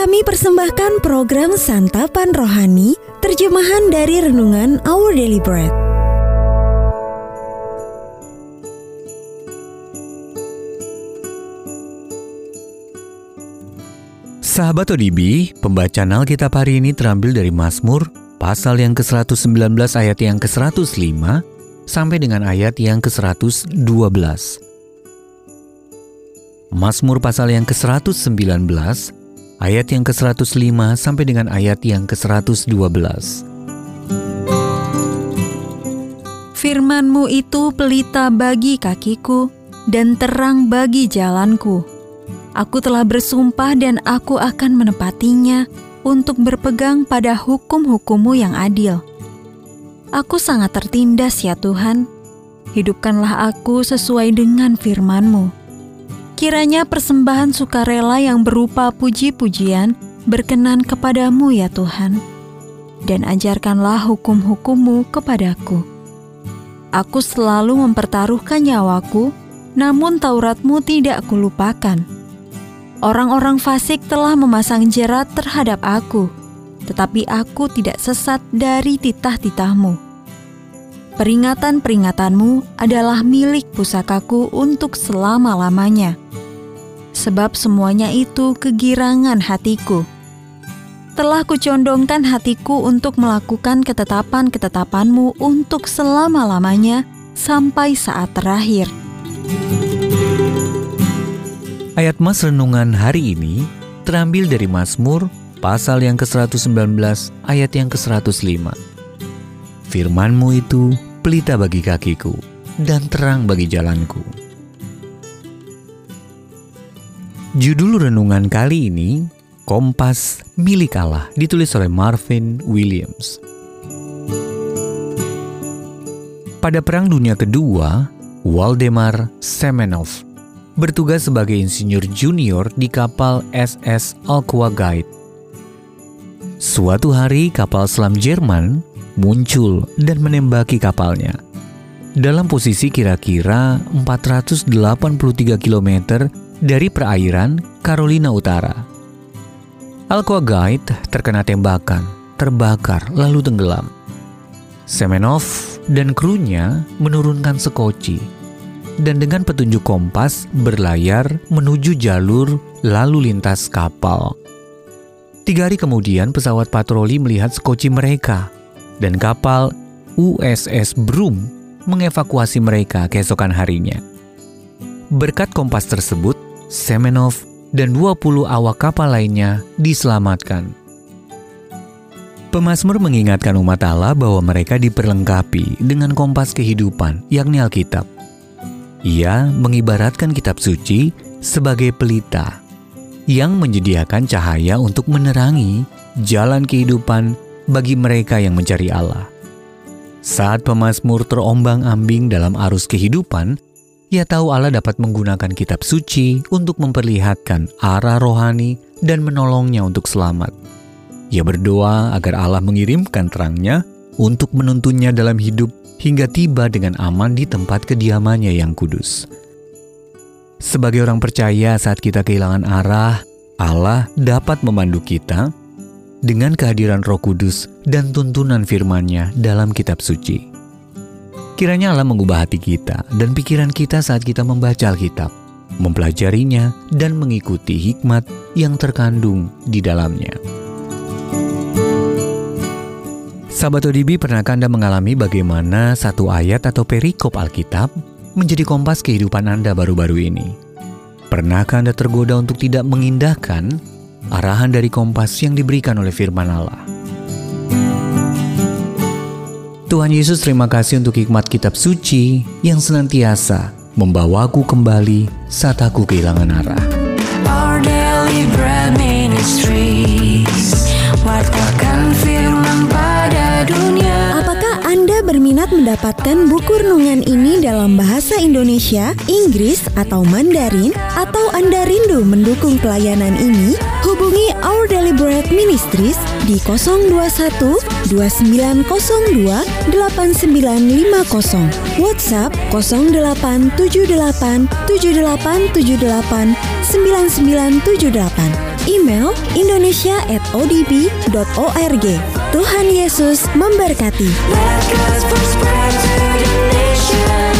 Kami persembahkan program Santapan Rohani, terjemahan dari Renungan Our Daily Bread. Sahabat ODB, pembacaan Alkitab hari ini terambil dari Mazmur, pasal yang ke-119 ayat yang ke-105, sampai dengan ayat yang ke-112. Mazmur pasal yang ke-119, ayat yang ke-105 sampai dengan ayat yang ke-112. Firman-Mu itu pelita bagi kakiku dan terang bagi jalanku. Aku telah bersumpah dan aku akan menepatinya untuk berpegang pada hukum-hukum-Mu yang adil. Aku sangat tertindas ya Tuhan, hidupkanlah aku sesuai dengan firman-Mu. Kiranya persembahan sukarela yang berupa puji-pujian berkenan kepadamu ya Tuhan, dan ajarkanlah hukum-hukum-Mu kepadaku. Aku selalu mempertaruhkan nyawaku, namun Taurat-Mu tidak kulupakan. Orang-orang fasik telah memasang jerat terhadap aku, tetapi aku tidak sesat dari titah-titah-Mu. Peringatan-peringatan-Mu adalah milik pusakaku untuk selama-lamanya. Sebab semuanya itu kegirangan hatiku. Telah kucondongkan hatiku untuk melakukan ketetapan-ketetapan-Mu untuk selama-lamanya sampai saat terakhir. Ayat Mas Renungan hari ini terambil dari Mazmur pasal yang ke-119 ayat yang ke-105. Firman-Mu itu pelita bagi kakiku dan terang bagi jalanku. Judul renungan kali ini, Kompas Milik Allah, ditulis oleh Marvin Williams. Pada Perang Dunia Kedua, Waldemar Semenov bertugas sebagai insinyur junior di kapal SS Alcoa Guide. Suatu hari kapal selam Jerman muncul dan menembaki kapalnya. Dalam posisi kira-kira 483 km dari perairan Carolina Utara. Alcoa Guide terkena tembakan, terbakar, lalu tenggelam. Semenov dan krunya menurunkan sekoci dan dengan petunjuk kompas berlayar menuju jalur lalu lintas kapal. 3 hari kemudian pesawat patroli melihat sekoci mereka dan kapal USS Broom mengevakuasi mereka keesokan harinya. Berkat kompas tersebut, Semenov dan 20 awak kapal lainnya diselamatkan. Pemazmur mengingatkan umat Allah bahwa mereka diperlengkapi dengan kompas kehidupan, yakni Alkitab. Ia mengibaratkan kitab suci sebagai pelita yang menyediakan cahaya untuk menerangi jalan kehidupan bagi mereka yang mencari Allah. Saat pemazmur terombang-ambing dalam arus kehidupan, ia tahu Allah dapat menggunakan kitab suci untuk memperlihatkan arah rohani dan menolongnya untuk selamat. Ia berdoa agar Allah mengirimkan terangnya untuk menuntunnya dalam hidup hingga tiba dengan aman di tempat kediamannya yang kudus. Sebagai orang percaya, saat kita kehilangan arah, Allah dapat memandu kita dengan kehadiran Roh Kudus dan tuntunan firman-Nya dalam kitab suci. Kiranya Allah mengubah hati kita dan pikiran kita saat kita membaca Alkitab, mempelajarinya, dan mengikuti hikmat yang terkandung di dalamnya. Sahabat ODB, pernahkah Anda mengalami bagaimana satu ayat atau perikop Alkitab menjadi kompas kehidupan Anda baru-baru ini? Pernahkah Anda tergoda untuk tidak mengindahkan arahan dari kompas yang diberikan oleh firman Allah? Tuhan Yesus, terima kasih untuk hikmat kitab suci yang senantiasa membawaku kembali saat aku kehilangan arah. Our Daily Bread Ministries, wartakan firman pada dunia. Apakah Anda berminat mendapatkan buku renungan ini dalam bahasa Indonesia, Inggris, atau Mandarin? Atau Anda rindu mendukung pelayanan ini? Hubungi Our Daily Bread Ministries di 021 2902 8950, WhatsApp 0878 7878 9978. Email indonesia@odb.org. Tuhan Yesus memberkati. Let God's word spread to the nation.